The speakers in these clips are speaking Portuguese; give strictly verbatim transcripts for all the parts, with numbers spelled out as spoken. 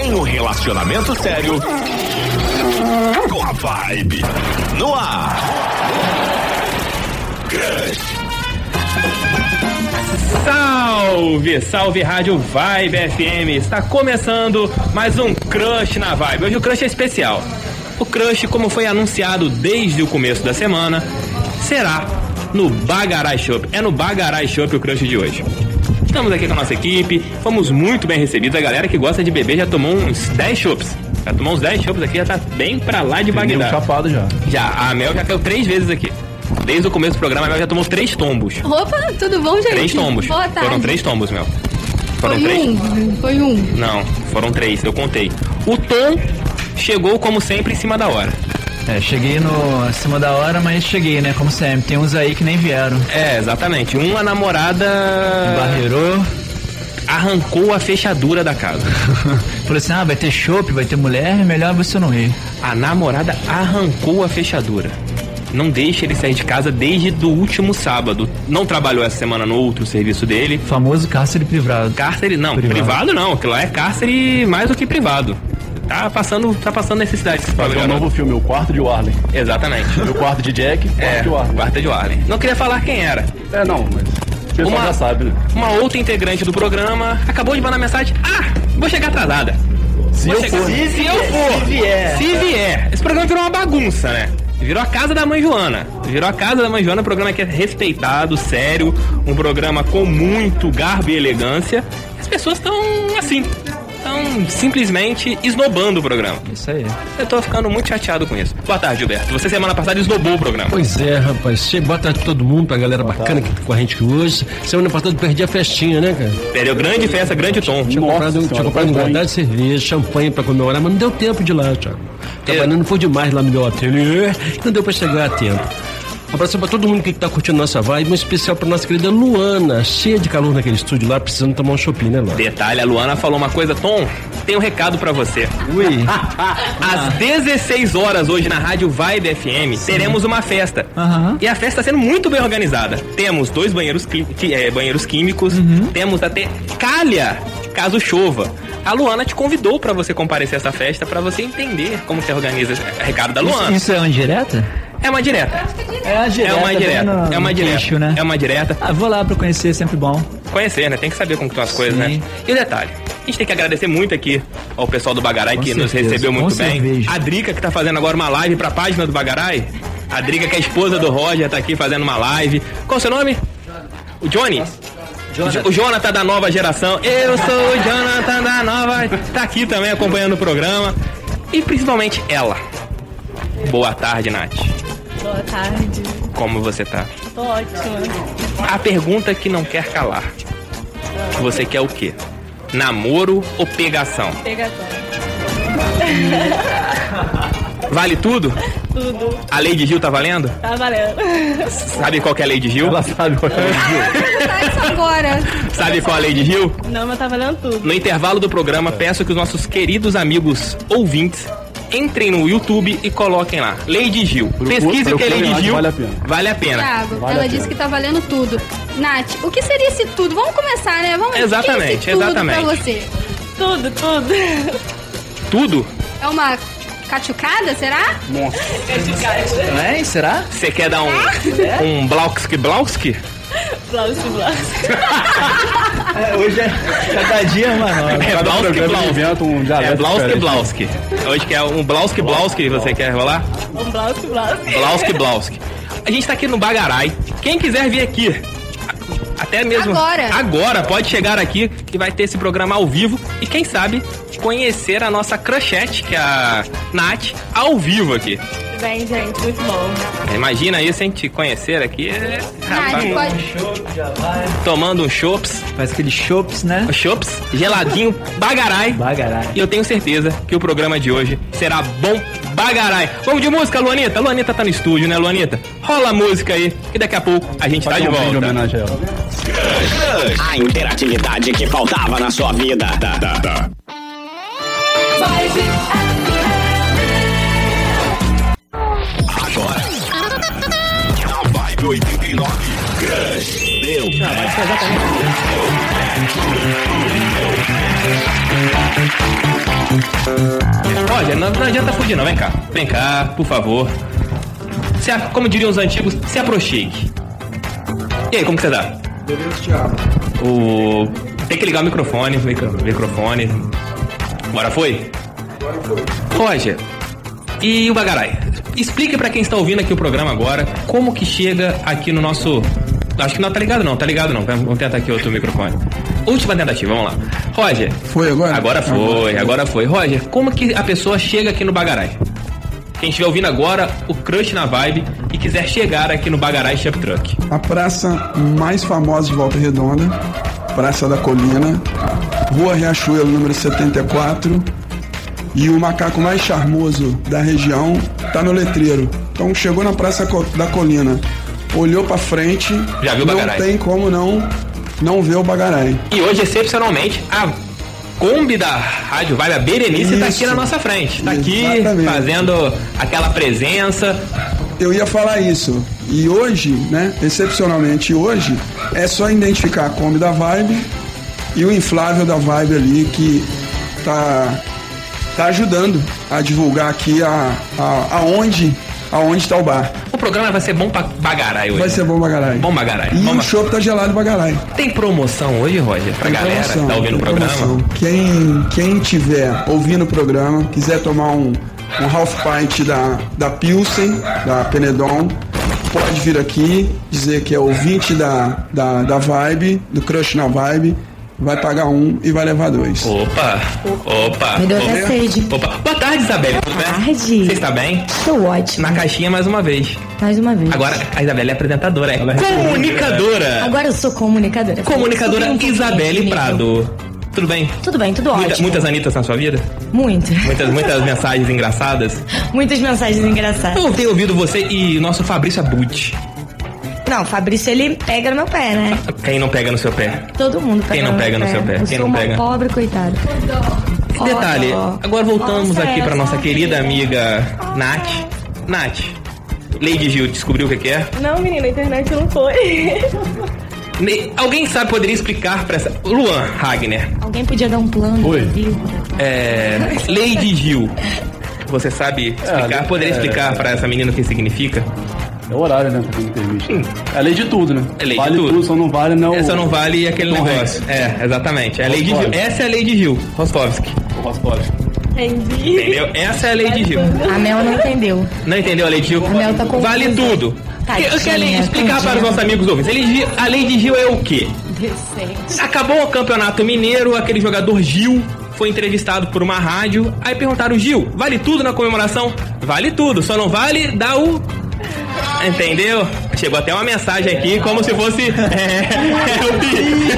tem um relacionamento sério com a Vibe no ar. Crush. Salve, salve Rádio Vibe F M. Está começando mais um Crush na Vibe. Hoje o Crush é especial. O Crush, como foi anunciado desde o começo da semana, será no Bagarai Shop. É no Bagarai Shop o Crush de hoje. Estamos aqui com a nossa equipe, fomos muito bem recebidos. A galera que gosta de beber já tomou uns dez chopps. Já tomou uns dez chopps aqui, já tá bem pra lá de Bagdá. Tem um chapado já. Já, a Mel já caiu três vezes aqui. Desde o começo do programa, a Mel já tomou três tombos. Opa, tudo bom, gente? Três tombos. Boa tarde. Foram três tombos, Mel. Foram foi três? um, foi um. Não, foram três, eu contei. O Tom chegou, como sempre, em cima da hora. É, cheguei no acima da hora, mas cheguei, né? Como sempre. Tem uns aí que nem vieram. É, exatamente. Uma namorada... Barreirou. Arrancou a fechadura da casa. Falou assim, ah, vai ter chopp, vai ter mulher, é melhor você não ir. A namorada arrancou a fechadura. Não deixa ele sair de casa desde o último sábado. Não trabalhou essa semana no outro serviço dele. Famoso cárcere privado. Cárcere, não, privado, privado não. Aquilo lá é cárcere mais do que privado. Tá passando, tá passando necessidade. Fazer um novo filme, O Quarto de Warley. Exatamente. O Quarto de Jack, Quarto é, de Warley. Quarto de Warley. Não queria falar quem era. É, não, mas o pessoal uma, já sabe, né? Uma outra integrante do programa acabou de mandar mensagem. Ah, vou chegar atrasada. Se vou eu chegar, for. Se, se eu for. Se vier. Se vier. Esse programa virou uma bagunça, né? Virou a casa da mãe Joana. Virou a casa da mãe Joana, um programa que é respeitado, sério, um programa com muito garbo e elegância. As pessoas estão assim, estão simplesmente esnobando o programa. Isso aí. Eu tô ficando muito chateado com isso. Boa tarde, Gilberto. Você semana passada esnobou o programa. Pois é, rapaz. Boa tarde pra todo mundo, pra galera bacana que tá com a gente aqui hoje. Semana passada eu perdi a festinha, né, cara? Perdeu grande festa, grande tom. Tinha Nossa comprado, senhora, tinha comprado um foi guardado de cerveja, champanhe pra comemorar, mas não deu tempo de ir lá, Thiago. Trabalhando foi demais lá no meu ateliê, não deu pra chegar a tempo. Um abraço pra todo mundo que tá curtindo nossa vibe, um especial pra nossa querida Luana, cheia de calor naquele estúdio lá, precisando tomar um shopping, né, Luana? Detalhe, a Luana falou uma coisa, Tom, tem um recado pra você. Ui. Às dezesseis horas hoje na Rádio Vibe F M, sim, teremos uma festa. Uhum. E a festa está sendo muito bem organizada. Temos dois banheiros, qui- é, banheiros químicos, uhum, temos até calha, caso chova. A Luana te convidou pra você comparecer a essa festa, pra você entender como se organiza. Recado da Luana. Isso, isso é uma indireta? É uma direta. É uma direta. É uma direta. No, é uma direta. queixo, né? É uma direta. Ah, vou lá pra conhecer, é sempre bom. Conhecer, né? Tem que saber como estão as coisas, sim, né? E o detalhe, a gente tem que agradecer muito aqui ao pessoal do Bagarai, com que certeza, nos recebeu muito bem. Cerveja. A Drica, que tá fazendo agora uma live pra página do Bagarai. A Drica, que é a esposa do Roger, tá aqui fazendo uma live. Qual o seu nome? O Johnny? Jonathan. O Jonathan da nova geração. Eu sou o Jonathan da nova. Tá aqui também acompanhando o programa. E principalmente ela. Boa tarde, Nath. Boa tarde. Como você tá? Tô ótima. A pergunta que não quer calar. Você quer o quê? Namoro ou pegação? Pegação. Vale tudo? Tudo. A Lady Gil tá valendo? Tá valendo. Sabe qual que é a Lady Gil? Ela sabe qual é o Tá isso agora. Sabe qual é a Lady Gil? Não, mas tá valendo tudo. No intervalo do programa, peço que os nossos queridos amigos ouvintes entrem no YouTube e coloquem lá, Lady Gil. Pesquise o que é Lady Gil. Vale a pena. Vale a pena. Thiago, Vale ela a disse pena. que tá valendo tudo. Nath, o que seria esse tudo? Vamos começar, né? Vamos Exatamente, o que é esse tudo exatamente. pra você? Tudo, tudo. Tudo? É uma cachucada, será? Nossa. Não é? Será? Você quer dar um, um blauski blauski? Blouse, blouse. É, hoje é cada dia uma nova. É Cada blauski programa blauski. inventa um dialeto É blauski diferente. blauski. Hoje que é um blauski blauski, você quer rolar? Um blouse, blouse. Blauski Blauski. A gente tá aqui no Bagarai. Quem quiser vir aqui, até mesmo Agora. agora pode chegar aqui, que vai ter esse programa ao vivo. E quem sabe conhecer a nossa crushette, que é a Nath, ao vivo aqui. Bem, gente, muito bom. Imagina isso, hein? Te conhecer aqui. É, Nath, rapaz, pode... tomando um chops, Faz aqueles chopps, né? chops, geladinho, Bagarai. Bagarai. E eu tenho certeza que o programa de hoje será bom Bagarai. Vamos de música, Luanita? Luanita tá no estúdio, né, Luanita? Rola a música aí, que daqui a pouco a gente tá Faz de um vídeo em volta. homenagem a ela. A interatividade que faltava na sua vida. Da, da, da. Agora, na Vibe oitenta e nove, Crush. Deu. Roger, não, não adianta fugir não, vem cá. Vem cá, por favor. Se a, como diriam os antigos, se aproxime. E aí, como que você tá? Beleza, Thiago. O... Tem que ligar o microfone, micro... microfone. Agora foi? Agora foi. Roger, e o Bagarai? Explique pra quem está ouvindo aqui o programa agora, como que chega aqui no nosso... Acho que não tá ligado não, tá ligado não. Vamos tentar aqui outro microfone. Última tentativa, vamos lá. Roger. Foi agora? Agora foi, agora, agora foi. Roger, como que a pessoa chega aqui no Bagarai? Quem estiver ouvindo agora o Crush na Vibe e quiser chegar aqui no Bagarai Chef Truck. A praça mais famosa de Volta Redonda, Praça da Colina, Rua Riachuelo, número setenta e quatro. E o macaco mais charmoso da região tá no letreiro. Então chegou na Praça da Colina, olhou pra frente, já viu o Bagarai. Não tem como não, não ver o Bagarai. E hoje, excepcionalmente, a Kombi da Rádio Vibe, a Berenice, Isso. tá aqui na nossa frente. Tá aqui Exatamente. fazendo aquela presença. Eu ia falar isso. E hoje, né, excepcionalmente hoje, é só identificar a Kombi da Vibe e o inflável da Vibe ali que tá, tá ajudando a divulgar aqui a, a, aonde, aonde tá o bar. O programa vai ser bom pra Bagarai hoje. Vai ser bom Bagarai. Bom Bagarai. E bom o chopp tá gelado Bagarai. Tem promoção hoje, Roger? Pra Tem galera promoção, que tá ouvindo o tem programa? promoção. Quem, quem tiver ouvindo o programa, quiser tomar um, um half pint da, da Pilsen, da Penedon, pode vir aqui, dizer que é ouvinte da, da, da Vibe, do Crush na Vibe, vai pagar um e vai levar dois. Opa, opa. Me deu opa. até sede. Opa. Boa tarde, Isabelle. Tudo bem? Boa tarde. Você está bem? Estou ótimo. Na caixinha mais uma vez. Mais uma vez. Agora, a Isabelle é apresentadora, é comunicadora. Agora eu sou comunicadora. Comunicadora Subi um pouquinho Isabelle de nível. Prado. Tudo bem? Tudo bem, tudo Muita, ótimo. muitas Anitas na sua vida? Muito. Muitas, muitas mensagens engraçadas? Muitas mensagens engraçadas. Eu tenho ouvido você e o nosso Fabrício Abut. Não, o Fabrício, ele pega no meu pé, né? Quem não pega no seu pé? Todo mundo pega Quem não no pega meu no seu pé? Eu Quem sou não uma pega? pobre coitada. E detalhe, Ó, agora voltamos nossa, aqui pra essa nossa querida amiga. amiga Nath. Nath, Lady Gil, descobriu o que que é? Não, menina, a internet não foi. Ne- Alguém sabe, poderia explicar pra essa... Luan Ragner, Alguém podia dar um plano Oi. de vida. é... Lady Gil, você sabe explicar? É, Poderia é. explicar pra essa menina o que significa? É o horário, né? Pra quem entrevista. É a lei de tudo, né? É lei de vale tudo. só não vale não. Essa não vale aquele Tom negócio. Hanks. É, exatamente. É a Lady Gil. Rostovski. Essa é a Lady Gil, Rostovski. O Rostovski. Entendi. Entendeu? Essa é a Lady Gil. A Mel não entendeu. Não entendeu a Lady Gil? A Mel tá confusa. Vale tudo. Tadinha, Eu quero explicar tadinha. para os nossos amigos ouvintes. A Lady Gil- A Lady Gil é o quê? Decente. Acabou o campeonato mineiro, aquele jogador Gil foi entrevistado por uma rádio. Aí perguntaram, Gil, vale tudo na comemoração? Vale tudo, só não vale dar o... Entendeu? Chegou até uma mensagem aqui como se fosse... É, é o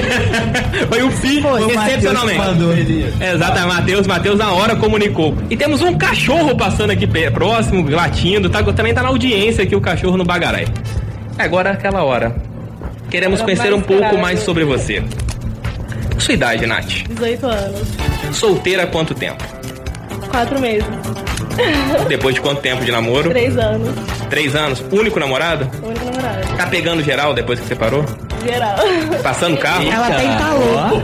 Pi. Foi o Pi, excepcionalmente. Exato, Matheus, Matheus na hora comunicou. E temos um cachorro passando aqui pé- próximo, latindo, tá, também tá na audiência aqui o cachorro no Bagarai. Agora é aquela hora. Queremos Era conhecer mais um pouco esperado. mais sobre você. Sua idade, Nath? dezoito anos. Solteira há quanto tempo? Quatro meses. Depois de quanto tempo de namoro? Três anos. Três anos? Único namorado? Único namorado. Tá pegando geral depois que separou? Geral. Passando carro? Ela tem talô.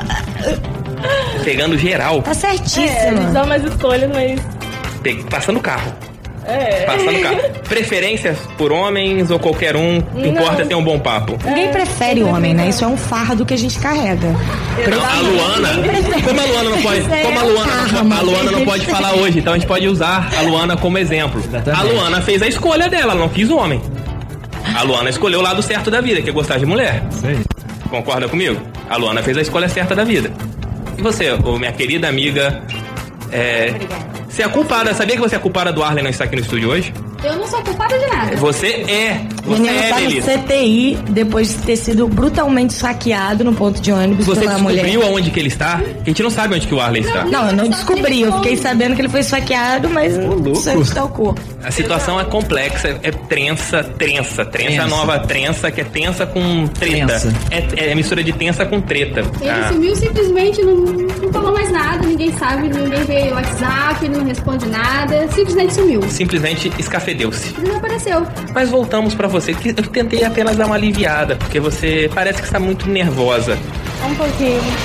Pegando geral. Tá É, eles certíssima. dão mais escolhas, mas... Pe- Passando carro. É. Passando carro. Preferências por homens ou qualquer um? Não. Importa ter um bom papo. Ninguém prefere homem, né? Isso é um fardo que a gente carrega. Não, a Luana, como a Luana não pode, Isso é como a Luana, karma. a Luana não pode falar hoje, então a gente pode usar a Luana como exemplo. A Luana fez a escolha dela, ela não quis homem. A Luana escolheu o lado certo da vida, que é gostar de mulher. Sei. Concorda comigo? A Luana fez a escolha certa da vida. E você, ô, minha querida amiga, é, você é culpada, sabia que você é culpada do Arlen não estar aqui no estúdio hoje? Eu não sou culpada de nada. Você é, O você menino é, tá no Melissa. C T I depois de ter sido brutalmente saqueado no ponto de ônibus Você pela mulher. descobriu aonde que ele está? A gente não sabe onde que o Arlen está. Não, eu não descobri. Eu fiquei sabendo que ele foi saqueado, mas não sei onde está o corpo. A situação é complexa, é trença, trença, trença Trença. nova trença, que é tensa com treta. Trença. É, é mistura de tensa com treta. Ele Ah, sumiu simplesmente, não, não falou mais nada, ninguém sabe, ninguém vê o WhatsApp, ele não responde nada, simplesmente sumiu. simplesmente escafedeu-se. Desapareceu. Mas voltamos pra você, que eu tentei apenas dar uma aliviada, porque você parece que está muito nervosa. Um pouquinho.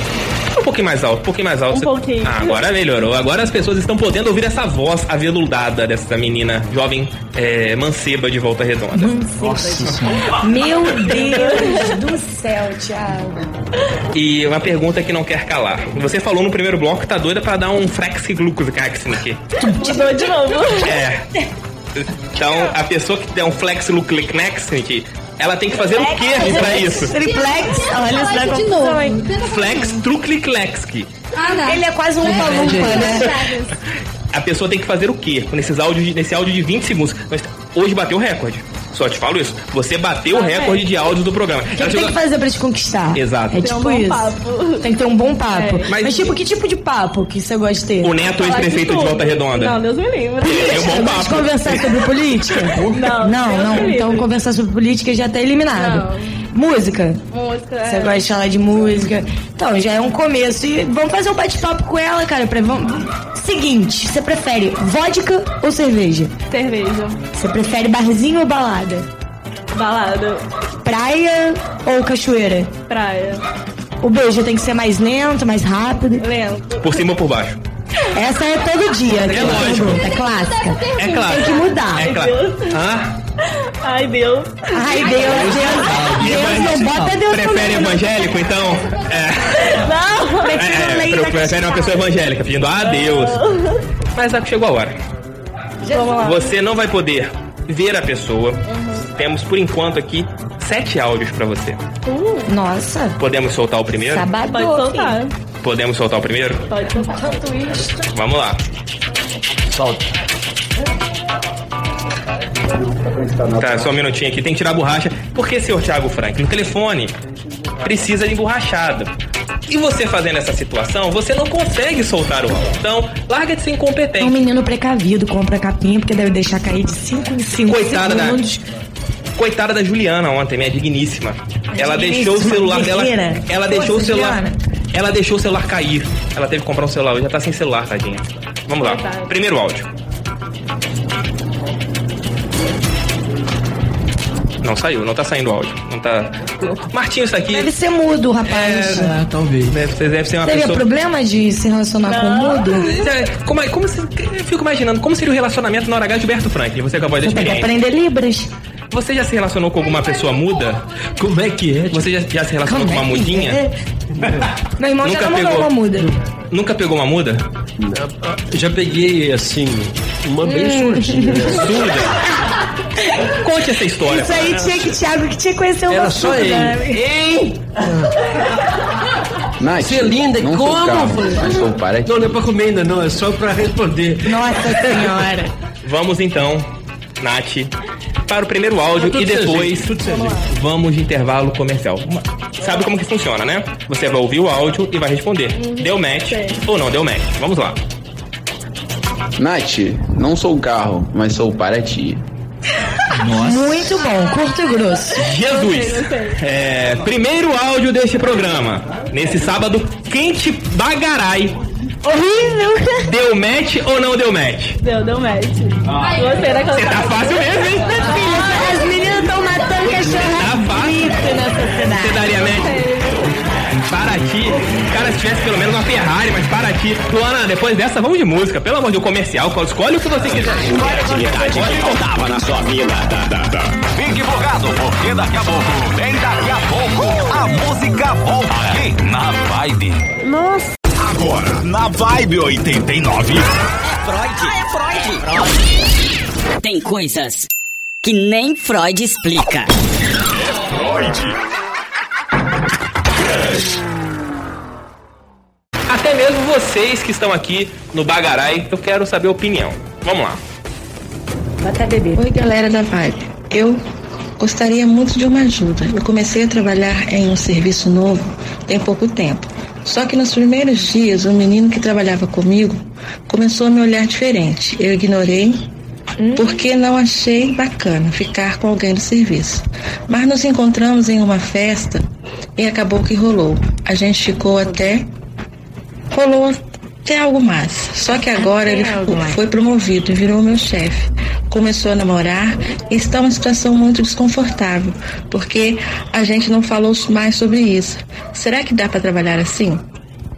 Um pouquinho mais alto, um pouquinho mais alto. Um pouquinho. Ah, agora melhorou. Agora as pessoas estão podendo ouvir essa voz aveludada dessa menina jovem é, manceba de Volta Redonda. Nossa senhora. Meu Deus do céu, Thiago. E uma pergunta que não quer calar. Você falou no primeiro bloco que tá doida pra dar um flexiglucosaxin aqui. Te dou de novo. É. Então, a pessoa que der um flexiglucosaxin, ela tem que fazer o quê pra isso? Triplex, olha só de como novo. também. Flex trucliclexi. Ah, não. Ele é quase um palumpa, né? A pessoa tem que fazer o quê? Nesses áudios, nesse áudio de vinte segundos. Mas hoje bateu o recorde. Só te falo isso. Você bateu o recorde de áudio do programa. O que tem que fazer pra te conquistar? Exato. É Tem um tipo bom isso. papo. Tem que ter um bom papo. É. Mas- Mas, tipo, que tipo de papo que você gosta de ter? O Neto, ex-prefeito de Volta Redonda. Não, Deus me livre. Tem um bom Você gosta de papo. conversar sobre política? Não, Não, Deus não. me livre. Então conversar sobre política já tá eliminado. Música. Música, Você é. gosta de falar de música. Então, já é um começo. E vamos fazer um bate-papo com ela, cara. Pra... vamos- Seguinte, você prefere vodka ou cerveja? Cerveja. Você prefere barzinho ou balada? Balada. Praia ou cachoeira? Praia. O beijo tem que ser mais lento, mais rápido. Lento. Por cima ou por baixo? Essa é todo dia, né? lógico. Pergunta, é clássica. É claro. Tem que mudar. É claro. Hã? Ai, Deus. Ai, Deus, Deus. Deus, não bota Deus Prefere comigo, não. evangélico, então? É. Não. Prefiro É, lei pre- da prefere uma pessoa evangélica, pedindo a Deus. Mas é que chegou a hora. Vamos lá. Você não vai poder ver a pessoa. Temos, por enquanto, aqui sete áudios pra você. Nossa, Podemos soltar o primeiro? sabadão. Pode soltar. Podemos soltar o primeiro? Pode soltar. Tanto isso. Vamos lá. Solta. Tá, só um minutinho aqui. Tem que tirar a borracha. Porque, senhor Thiago Frank, o telefone precisa de emborrachado. E você fazendo essa situação, você não consegue soltar o áudio. Então, larga de ser É um incompetente. menino precavido, compra capinha, porque deve deixar cair de cinco em cinco Coitada da, segundos. coitada da Juliana ontem, minha digníssima. Ela Digníssima, deixou o celular dela. guerreira. Ela deixou o Força, celular. Juliana. Ela deixou o celular cair. Ela teve que comprar um celular. Já tá sem celular, tadinha. Vamos lá. Coitada. Primeiro áudio. Não saiu, não tá saindo o áudio. Não tá. Martinho, isso aqui. Deve ser mudo, rapaz. Ah, talvez. Deve, você deve ser uma Teria pessoa. problema de se relacionar com o mudo? É, Como, é- como se- eu fico imaginando como seria o relacionamento na hora H de Gilberto Franklin. Você acabou de Você tem que experiência. aprender Libras. Você já se relacionou com alguma pessoa muda? Como é que é? Você já, já se relacionou com uma Como é que mudinha? é? Meu irmão Nunca já namorou pegou. uma muda. Nunca pegou uma muda? Já peguei, assim, uma bem Hum. surdinha. Surda? Conte essa história. Isso aí tinha que, Thiago, que tinha que conhecer uma Era só surda, ele. né? Hein? Nath, Você é linda, não como? sou calmo, mas sou pai. Não, não é pra comer ainda, não. É só pra responder. Nossa senhora. Vamos então, Nath, para o primeiro áudio Tudo e sem depois jeito, tudo sem jeito. vamos de intervalo comercial. Uma- Sabe como que funciona, né? Você vai ouvir o áudio e vai responder. Deu match Sei. ou não deu match? Vamos lá. Nath, não sou carro, mas sou para ti. Muito bom, curto e grosso. Jesus! Gostei, gostei. É, primeiro áudio deste programa. Nesse sábado quente bagarai. Horrível. Deu match ou não deu match? Deu, deu match. Gostei da Você tá cantada. fácil mesmo, hein? As meninas estão matando cachorro Tá fácil. na Você sociedade. daria match? Paraty. Cara, se tivesse pelo menos uma Ferrari, mas Paraty. Luana, depois dessa, vamos de música. Pelo amor de Deus, comercial. Escolhe o que você quiser. Atividade que faltava na sua vida. Fique empolgado, porque daqui a pouco, bem daqui a pouco, a música volta aqui na Vibe. Nossa. Agora, na Vibe oitenta e nove. Freud. é Freud. Tem coisas que nem Freud explica. Freud. Até mesmo vocês que estão aqui no Bagarai, eu quero saber a opinião. Vamos lá. Até beber. Oi, galera da Vibe. Eu gostaria muito de uma ajuda. Eu comecei a trabalhar em um serviço novo tem pouco tempo. Só que nos primeiros dias, o menino que trabalhava comigo começou a me olhar diferente. Eu ignorei porque não achei bacana ficar com alguém do serviço. Mas nos encontramos em uma festa e acabou que rolou. A gente ficou até... Rolou até algo mais. Só que agora Até ele algo mais. foi promovido e virou meu chefe. Começou a namorar e está uma situação muito desconfortável, porque a gente não falou mais sobre isso. Será que dá para trabalhar assim?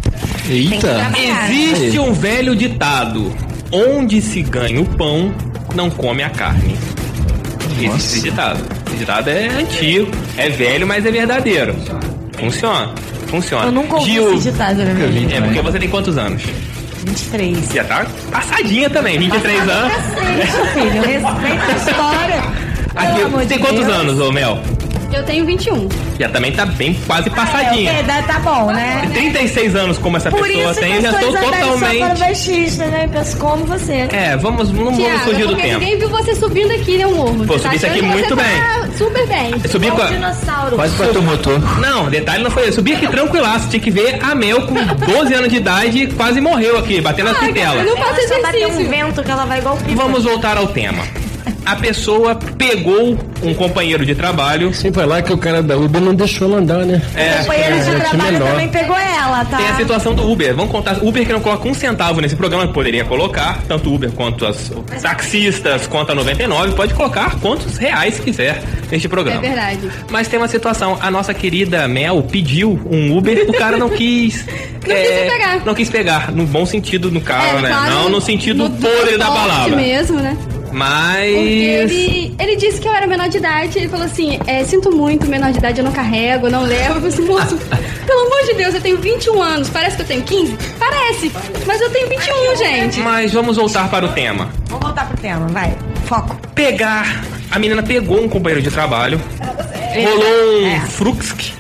Eita! Existe um velho ditado: onde se ganha o pão, não come a carne. Existe esse ditado. Esse ditado é antigo, é velho, mas é verdadeiro. Funciona. Funciona. Eu nunca ouvi Gil... esse ditado na minha vida. É porque você tem quantos anos? vinte e três. Já tá passadinha também, vinte e três anos. Cacete, filho. Respeita a história. Aqui, você tem quantos anos, ô Mel? Eu tenho vinte e um. Já também tá bem quase passadinha. É, okay, tá bom, né? trinta e seis anos como essa Por pessoa isso tem, que já as estou coisas andarem totalmente. Só para baixista, né? Penso como você. É, vamos, não vamos Thiago, fugir do porque tempo. ninguém viu você subindo aqui, né, o morro. Pô, Você tá subi isso aqui achando que muito você bem. Tá super bem. Eu subi com a... dinossauro. Quase bateu o motor. Não, detalhe não foi. Eu subi aqui tranquilaço. Tinha que ver a Mel com doze anos de idade quase morreu aqui, batendo as pitelas. Eu não faço Ela só bateu exercício. um vento que ela vai igual pipa. Vamos voltar ao tema. A pessoa pegou um companheiro de trabalho. Sim, foi lá que o cara da Uber não deixou ela andar, né? É, O companheiro de é, trabalho menor. também pegou ela, tá? Tem a situação do Uber. Vamos contar. Uber que não coloca um centavo nesse programa, poderia colocar. Tanto o Uber quanto as taxistas, quanto a noventa e nove, pode colocar quantos reais quiser neste programa. É verdade. Mas tem uma situação. A nossa querida Mel pediu um Uber, o cara não quis. Não quis pegar. Não quis pegar. No bom sentido no carro, É, né? claro, não no sentido no podre da transporte palavra. mesmo, né? Mas. Porque ele, ele disse que eu era menor de idade. Ele falou assim: é, sinto muito, menor de idade eu não carrego, eu não levo. Eu falei assim, moço, pelo amor de Deus, eu tenho vinte e um anos. Parece que eu tenho quinze? Parece. Mas eu tenho vinte e um, gente. Mas vamos voltar para o tema. Vamos voltar pro tema, vai. Foco. Pegar. A menina pegou um companheiro de trabalho, rolou um É. fruxk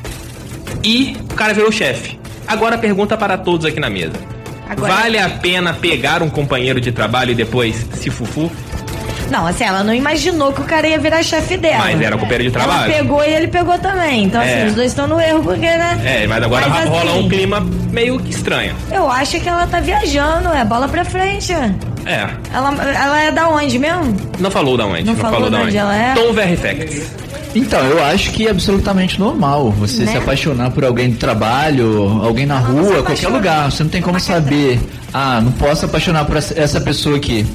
e o cara virou chefe. Agora a pergunta para todos aqui na mesa. Agora- Vale a pena pegar um companheiro de trabalho e depois se fufu? Não, assim, ela não imaginou que o cara ia virar chefe dela. Mas era companheiro de trabalho. Ela pegou e ele pegou também. Então, É. assim, os dois estão no erro, porque, né? É, mas agora Mas, rola assim, um clima meio que estranho. Eu acho que ela tá viajando, é bola pra frente. É. Ela, ela é da onde mesmo? Não falou da onde. Não falou da de onde ela é? Tom Very Facts. Então, eu acho que é absolutamente normal você Né? se apaixonar por alguém de trabalho, alguém na rua, qualquer apaixona. lugar. Você não tem como saber, ah, não posso apaixonar por essa essa pessoa aqui.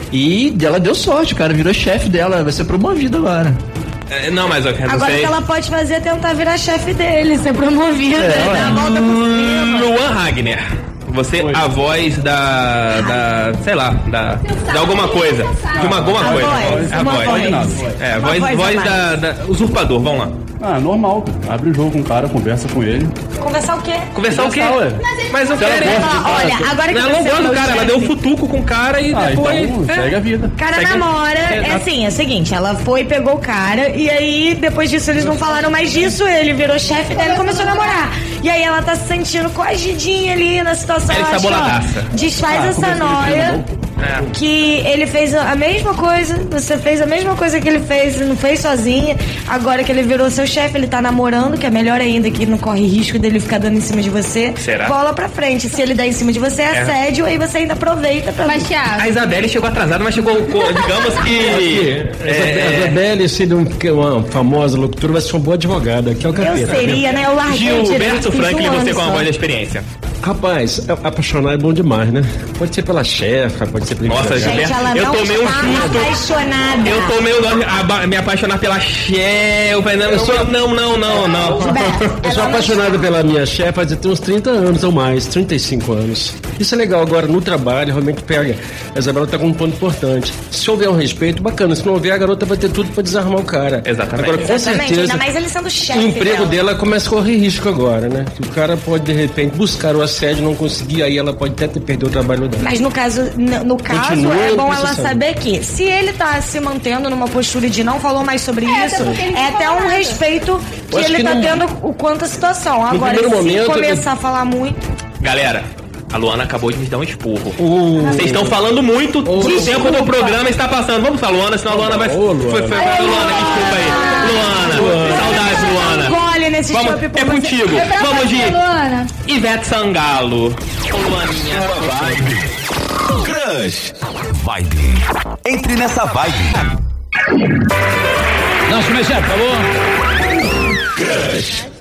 E ela deu sorte, o cara virou chefe dela, vai ser promovido agora. É, não, mas eu não Agora o sei. que ela pode fazer é tentar virar chefe dele, ser promovida, É, ué. dar a volta por cima. Luan Ragner. Você, a voz da, da. sei lá, da. de alguma coisa. De uma alguma A coisa. voz, a uma voz. voz. É, Uma voz, voz a voz mais. da, da. Usurpador, vamos lá. Ah, normal. Abre o jogo com o cara, conversa com ele. Conversar o quê? Conversar o quê? Conversar, ué. Mas eu Se ela quero. gosta de Ó, olha, agora que Ela não você gosta é do meu cara, ela chefe. deu um futuco com o cara e Ah, depois. então é. segue a vida. O cara Segue- namora, é Exato. assim, é o seguinte, ela foi, pegou o cara, e aí, depois disso, eles não falaram mais disso, ele virou chefe dela e começou a namorar. E aí ela tá se sentindo coagidinha ali na situação, Ela eu está acho, ó, boladaça. desfaz Ah, essa começou de noia, novo. É. que ele fez a mesma coisa, você fez a mesma coisa que ele fez, não fez sozinha, agora que ele virou seu chefe, ele tá namorando, que é melhor ainda, que não corre risco dele ficar dando em cima de você. Será? Bola pra frente, se ele der em cima de você, é assédio, aí você ainda aproveita pra... Mas, Thiago, A Isabelle chegou atrasada, mas chegou, co- digamos que. A é, Isabelle, sendo um- uma famosa locutora, vai ser uma boa advogada, que é o Eu capeta. seria, né? Eu larguei o direito, Gilberto fiz Franklin, um você ano com a só. voz da experiência. Rapaz, apaixonar é bom demais, né? Pode ser pela chefa, pode ser pela Nossa, empregada. Gente, ela Eu não tomei um está susto. apaixonada. Eu tomei o nome, aba- me apaixonar pela chefe. Eu falei, não, Eu sou- não, não, não, não. Gilberto, Eu sou ela não- apaixonado pela minha chefe há tem uns trinta anos ou mais, trinta e cinco anos. Isso é legal. Agora, no trabalho, realmente pega. A Isabela tá com um ponto importante. Se houver um respeito, bacana. Se não houver, a garota vai ter tudo pra desarmar o cara. Exatamente. Agora, com Exatamente, certeza, ainda mais ele sendo chefe o emprego dela. dela começa a correr risco agora, né? Que o cara pode, de repente, buscar o assédio, não conseguir, aí ela pode até ter perdido o trabalho dela. Mas no caso, no, no caso Continua é bom ela processando. saber que se ele tá se mantendo numa postura de não falou mais sobre É, isso, até porque ele é não até falou um nada. respeito que Eu acho ele que tá no- tendo o quanto a situação. Agora, primeiro se momento, começar a falar muito. Galera, a Luana acabou de me dar um esporro. Uh, Vocês estão falando muito, o desculpa. tempo do programa está passando. Vamos pra Luana, senão a Luana vai. Ô, Luana. Foi, foi, foi, Luana, desculpa aí. Luana, saudades, Luana. Gole nesse Vamos, chopp, é pô, você- contigo. é pra Vamos você, de Luana. Ivete Sangalo. Ô, Luaninha. Crush. Vibe. Entre nessa vibe. Nosso comercial, por favor. Crush.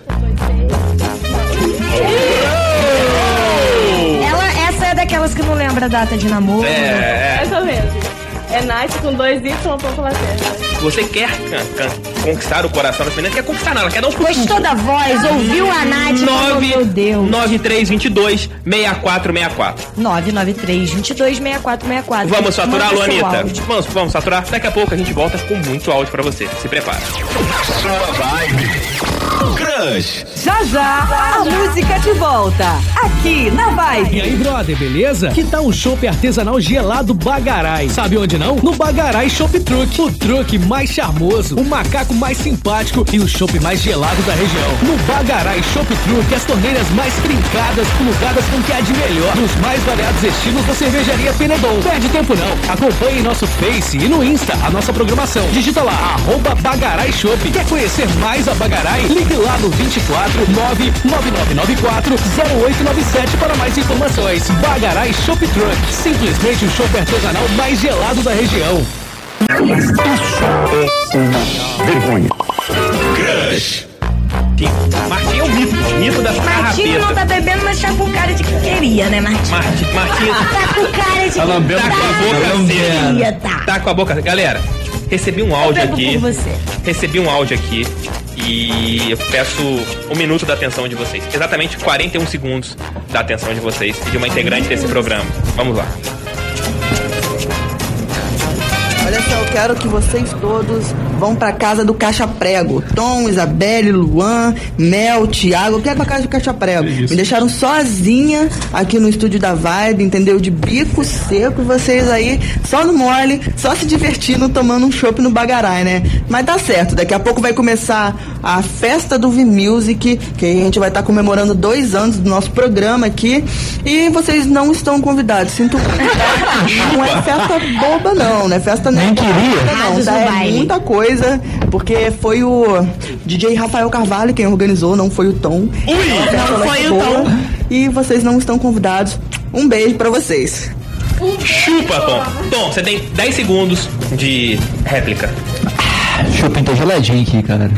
Ela, essa é daquelas que não lembra a data de namoro. É, Mais ou menos. É Nath com dois Y, ponto lacerda. você quer can, can, conquistar o coração das meninas, quer conquistar nada, quer dar um puxo. Gostou da voz, ouviu a Nath e falou, meu Deus. nove três dois dois, seis quatro seis quatro. nove nove três, dois dois, seis quatro seis quatro. Vamos saturar, Manda seu Luanita? áudio. Vamos, vamos saturar? Daqui a pouco a gente volta com muito áudio pra você. Se prepara. Sua vibe. Crush. Já já, a música de volta, aqui na Vibe. E aí, brother, beleza? Que tal um chopp artesanal gelado Bagarai? Sabe onde não? No Bagarai Chopp Truck. O truck mais charmoso, o macaco mais simpático e o chopp mais gelado da região. No Bagarai Chopp Truck, as torneiras mais trincadas, plugadas com o que há de melhor, nos mais variados estilos da cervejaria Penedon. Perde tempo não. Acompanhe nosso Face e no Insta a nossa programação. Digita lá, arroba Bagarai Chopp. Quer conhecer mais a Bagarai? Ligue lá no vinte e quatro, nove nove nove nove quatro, zero oito nove sete para mais informações. Bagarai Chopp Truck, simplesmente o chopp artesanal mais gelado da região. Isso é uma vergonha. Crush. Martinho é o mito, mito das Martinho carrapetas. não tá bebendo, mas tá com cara de que queria, né, Martinho? Martinho, Martinho Tá com cara de tá lambendo que com a boca queria, seca. tá. Tá com a boca. Galera, recebi um áudio bebo aqui. por você. Recebi um áudio aqui e eu peço um minuto da atenção de vocês. Exatamente quarenta e um segundos da atenção de vocês e de uma integrante desse programa. Vamos lá. Olha só, eu quero que vocês todos vão pra casa do Caixa Prego. Tom, Isabelle, Luan, Mel, Thiago. Eu quero pra casa do Caixa Prego. Me deixaram sozinha aqui no estúdio da Vibe, entendeu? De bico seco. E vocês aí só no mole, só se divertindo, tomando um chopp no Bagarai, né? Mas tá certo, daqui a pouco vai começar a festa do V-Music, que a gente vai estar comemorando dois anos do nosso programa aqui. E vocês não estão convidados. Sinto muito. Não é festa boba, não, né? Festa nem queria. Não, tá? É muita coisa, porque foi o D J Rafael Carvalho quem organizou, não foi o Tom. Ui, não foi o Tom. E vocês não estão convidados. Um beijo pra vocês. Chupa, Tom. Tom, você tem dez segundos de réplica. Chopin tá geladinho aqui, cara.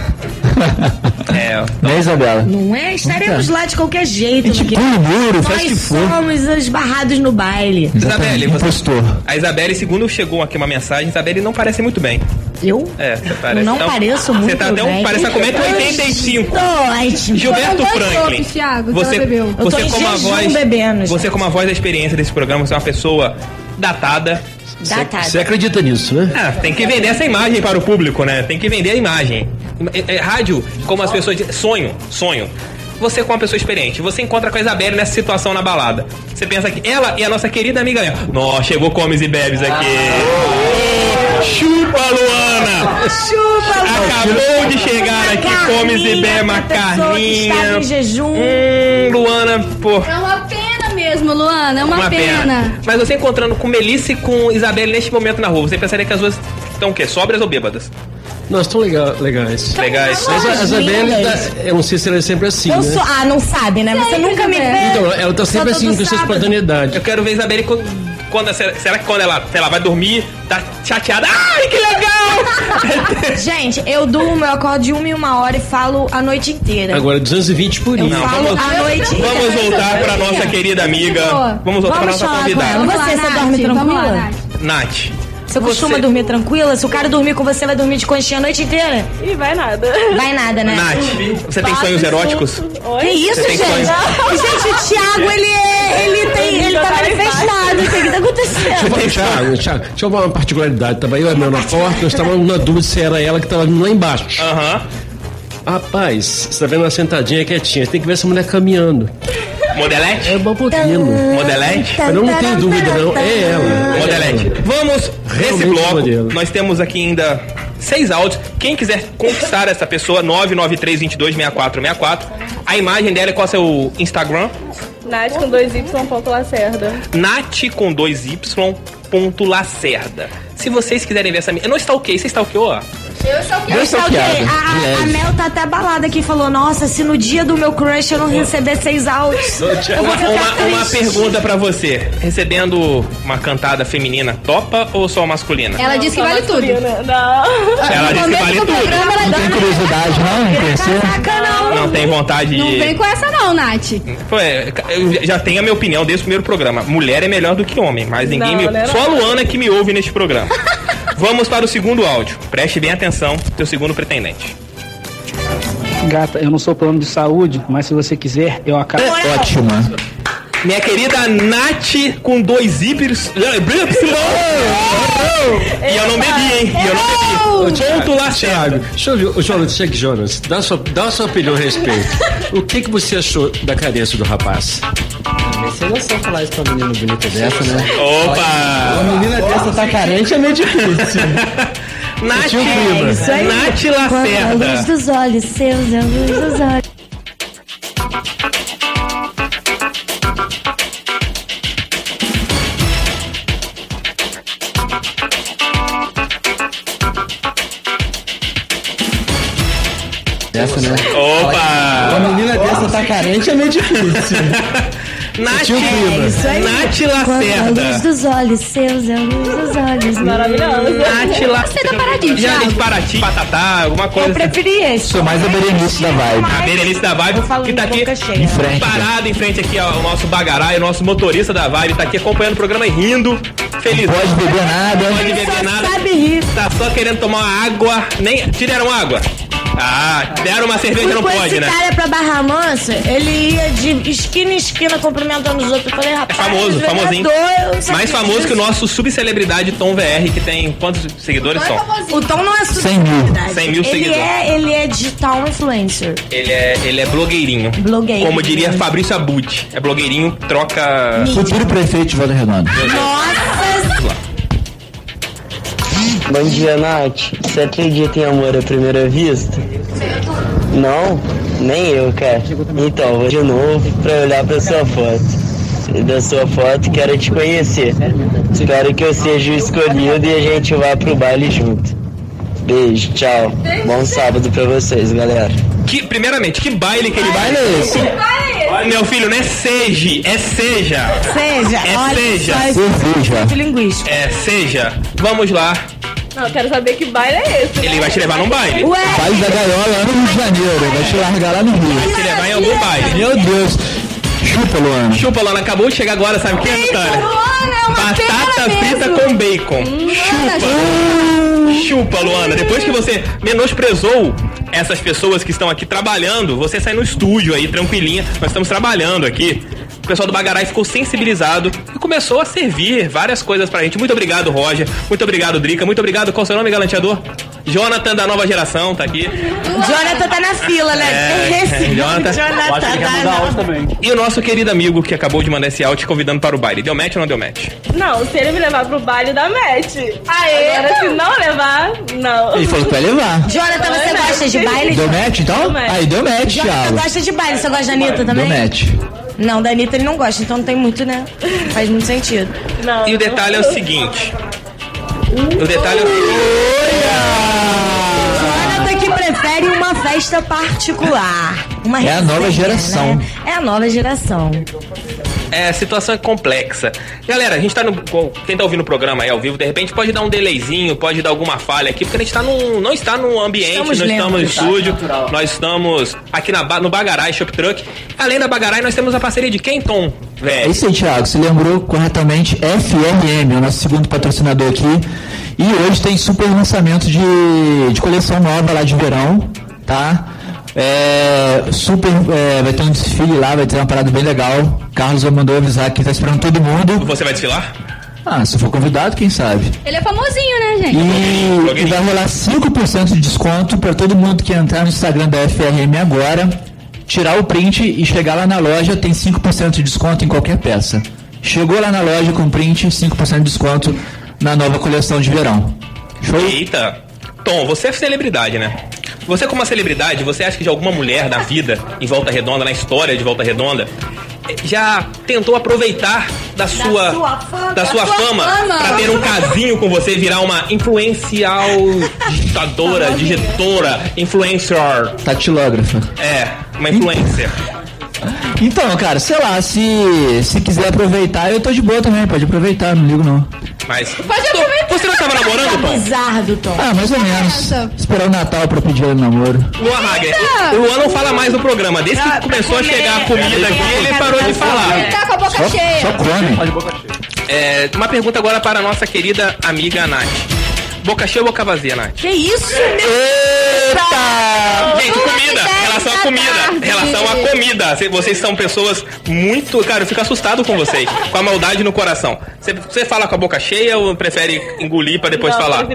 É, né, Isabela? Não é? Estaremos lá de qualquer jeito. A gente porque pula o muro, nós faz o que for. somos os barrados no baile. Isabelle, você, a Isabelle, segundo chegou aqui uma mensagem, Isabelle não parece muito bem. Eu? É, você parece. Eu não então, pareço muito Você tá até um, bem. parece a cometa oitenta e cinco. Ótimo. Gilberto Franklin. Você, Eu tô você em como a jejum voz, bebendo, você como a voz da experiência desse programa, você é uma pessoa datada. Datada. Você acredita nisso, né? Ah, tem que vender essa imagem para o público, né? Tem que vender a imagem. É, é, rádio, como as pessoas dizem, sonho, sonho. Você com uma pessoa experiente, você encontra com a Isabelle nessa situação na balada. Você pensa que ela e a nossa querida amiga Léo. Nossa, chegou Comes e Bebes aqui. Chupa, Luana! Chupa, Luana! Acabou de chegar aqui, Comes e Bebes, uma carninha. Estava em jejum. Hum, Luana, pô. É uma pena mesmo, Luana, é uma, Uma pena. pena. Mas você encontrando com Melissa e com Isabelle neste momento na rua, você pensaria que as duas estão o quê? Sóbrias ou bêbadas? Nós estão legal, legais. Legais. Mas a a Isabelle, tá- eu não sei se ela é sempre assim, Eu né? sou. Ah, não sabe, né? Você nunca me vê. Então, ela tá sempre Só assim todo com essa sábado. espontaneidade. Eu quero ver a Isabelle quando, quando será que quando ela, sei lá, vai dormir, tá chateada? Ai, que legal! Gente, eu durmo, eu acordo de uma em uma hora e falo a noite inteira. Agora, duzentos e vinte por Eu isso. falo vamos- a noite inteira. Vamos voltar pra nossa querida amiga. Vamos voltar pra Vamos nossa falar com convidada. ela. Você, você dorme tranquila? Nath. Você costuma Você- dormir tranquila? Se o cara dormir com você, vai dormir de conchinha a noite inteira? Ih, vai nada. Vai nada, né? Nath, você tem Papo sonhos e eróticos? susto. Oi? Que isso, Você tem gente? sonhos? Gente, o Thiago, ele é. Ele tem. Ele tá manifestado. O que que tá Deixa eu acontecendo? falar, Thiago, Thiago, deixa eu falar uma particularidade. Tava eu e a Mel na porta, nós estávamos na dúvida se era ela que tava vindo lá embaixo. Aham. Rapaz, você tá vendo ela sentadinha quietinha, tem que ver essa mulher caminhando. Modelete? É bom pouquinho. Modelete? Eu não tenho dúvida, não. É ela. Modelete. Vamos, nesse Realmente bloco, modelo. nós temos aqui ainda seis áudios. Quem quiser conquistar essa pessoa, nove nove três dois dois, seis quatro seis quatro. A imagem dela é qual é o seu Instagram? Nath com dois Y, ponto Lacerda. Nath com dois Y, ponto Lacerda. Se vocês quiserem ver essa... Eu não stalkeei, você stalkeou? Eu só quero Eu stalkeei. A, a, a Mel tá até abalada aqui e falou: Nossa, se no dia do meu crush eu não receber seis áudios, eu vou Uma, ficar uma, uma triste. pergunta pra você. Recebendo uma cantada feminina, topa ou só masculina? Ela disse que vale tudo. Não. Ela disse que vale tudo. Não tem curiosidade, não? Em conhecer? Não tem vontade Não de... vem com essa não, Nath. Pô, é, eu já tenho a minha opinião desde o primeiro programa. Mulher é melhor do que homem, mas ninguém Não, me... né, Só a não. Luana que me ouve neste programa. Vamos para o segundo áudio. Preste bem atenção, teu segundo pretendente. Gata, eu não sou plano de saúde, mas se você quiser, eu acabo. É ótima. Minha querida Nath com dois híbridos. E eu não bebi, hein? E eu não bebi. Ponto lá, Thiago. Deixa eu ver. Ô, Jonas, chega, Jonas. Dá sua, dá sua opinião a respeito. O que, que você achou da cabeça do rapaz? Você não sabe falar isso pra uma menina bonita dessa, né? Opa! Uma menina dessa tá carente é meio difícil. Nath, É isso aí. Nath Quando a Lacerda. luz dos olhos seus, é a luz dos olhos. Essa, né? Opa! Uma menina dessa tá carente é meio difícil. Nath, É isso aí. Nath Quando a luz Lacerda. dos olhos seus, é a luz dos olhos. Maravilhoso. Nath Você Lacerda. tá paradinho, Já de Thiago. Paraty, Patatá, alguma coisa. Eu preferi esse. Sou mais a Berenice da Vibe. A Berenice da Vibe, Eu falo que tá de aqui boca cheia. Em frente. parado em frente aqui ao nosso Bagarai, o nosso motorista da Vibe, tá aqui acompanhando o programa e rindo, feliz. Não pode beber nada. Não pode beber nada. Sabe rir. Tá só querendo tomar uma água. Nem. Tiraram água? Ah, deram uma cerveja, Fui não com pode, esse né? cara pra Barra Mansa, ele ia de esquina em esquina cumprimentando os outros. Eu falei, É rapaz, famoso, famosinho. vereador, eu sabia Mais famoso disso. que o nosso subcelebridade Tom V R, que tem quantos seguidores são? O Tom não é cem mil. subcelebridade. cem mil ele seguidores. É, ele é digital influencer. Ele é, ele é blogueirinho. Blogueirinho. Como diria Fabrício Abud. É blogueirinho, troca. Futuro prefeito de Volta Redonda. Nossa! Bom dia, Nath. Você acredita em amor à primeira vista? Não? Nem eu, cara. Então, vou de novo pra olhar pra sua foto. E da sua foto, quero te conhecer. Espero que eu seja o escolhido e a gente vá pro baile junto. Beijo, tchau. Bom sábado pra vocês, galera. Que, primeiramente, que baile que ele Baile é esse? Meu filho, não é seja, é seja. Seja, É olha seja. só esse Cerveja. muito linguístico. É seja. Vamos lá. Não, eu quero saber que baile é esse. Ele vai te levar num baile. Ué, Baile da Gaiola lá no Rio de Janeiro. Vai te largar lá no Rio. Vai te levar em algum baile. Meu Deus. Chupa, Luana. Chupa, Lana, acabou de chegar agora, sabe o que é, Natália? Luana, é uma Batata pena frita mesmo. com bacon. Chupa. Chupa, Luana. Depois que você menosprezou essas pessoas que estão aqui trabalhando, você sai no estúdio aí, tranquilinha. Nós estamos trabalhando aqui. O pessoal do Bagarai ficou sensibilizado e começou a servir várias coisas pra gente. Muito obrigado, Roger. Muito obrigado, Drica. Muito obrigado. Qual o seu nome, galanteador? Jonathan, da nova geração, tá aqui. Jonathan tá na fila, né? É, Esse Jonathan. Jonathan Acho que quer tá mudar na... áudio também. E o nosso querido amigo que acabou de mandar esse áudio te convidando para o baile. Deu match ou não deu match? Não, se ele me levar pro baile, dá match. Aê! Agora, se não levar, não. Ele falou que vai levar. Jonathan, você Não, gosta de não. baile? Deu match, então? Deu match. Aí, deu match, Jonathan Thiago. gosta de baile. Você gosta da Anitta também? Deu match. Não, da Anitta ele não gosta, então não tem muito, né? Faz muito sentido. Não. E o detalhe é o seguinte. O detalhe é o seguinte. Jonathan que prefere uma festa particular. Uma É a nova resenha, geração. né? É a nova geração. É, a situação é complexa. Galera, a gente tá no. Quem tá ouvindo o programa aí ao vivo, de repente pode dar um delayzinho, pode dar alguma falha aqui, porque a gente tá num, não está num ambiente, Estamos não estamos no lentos. estúdio, nós estamos aqui na, ba- no Bagarai Shop Truck. Além da Bagarai, nós temos a parceria de quem, Tom? É Velho. isso aí, Thiago. Você lembrou corretamente. F R M, é o nosso segundo patrocinador aqui. E hoje tem super lançamento de, de coleção nova lá de verão, tá? É, super, é, vai ter um desfile lá, vai ter uma parada bem legal. Carlos mandou avisar que tá esperando todo mundo. Você vai desfilar? Ah, se for convidado, quem sabe? Ele é famosinho, né, gente? E, e vai rolar cinco por cento de desconto para todo mundo que entrar no Instagram da F R M agora, tirar o print e chegar lá na loja, tem cinco por cento de desconto em qualquer peça. Chegou lá na loja com print, cinco por cento de desconto na nova coleção de verão. Show? Eita. Tom, você é celebridade, né? Você como uma celebridade, você acha que de alguma mulher da vida em Volta Redonda, na história de Volta Redonda, já tentou aproveitar da sua, sua fama. da sua Da sua fama fama. pra ter um casinho com você e virar uma influencial, digitadora, digitora, influencer? Tatilógrafa. É, uma influencer. Então, cara, sei lá, se, se quiser aproveitar, eu tô de boa também, pode aproveitar, não ligo não. Mas. Pode aproveitar. Você não tava namorando, Tom? Bizarro do Tom. Ah, mais ou menos. Essa. Esperar o Natal pra pedir ele namoro. Luan Hagner, o Luan não fala mais no programa. Desde que começou a chegar a comida aqui, ele parou de falar. Ele tá com a boca Só, cheia. só come. É, uma pergunta agora para a nossa querida amiga Nath. Boca cheia ou boca vazia, Nath? Que isso, Eita! Gente, comida, relação à comida, relação à comida. Cê- Vocês são pessoas muito... Cara, eu fico assustado com vocês, com a maldade no coração. Você- Você fala com a boca cheia ou prefere engolir pra depois falar?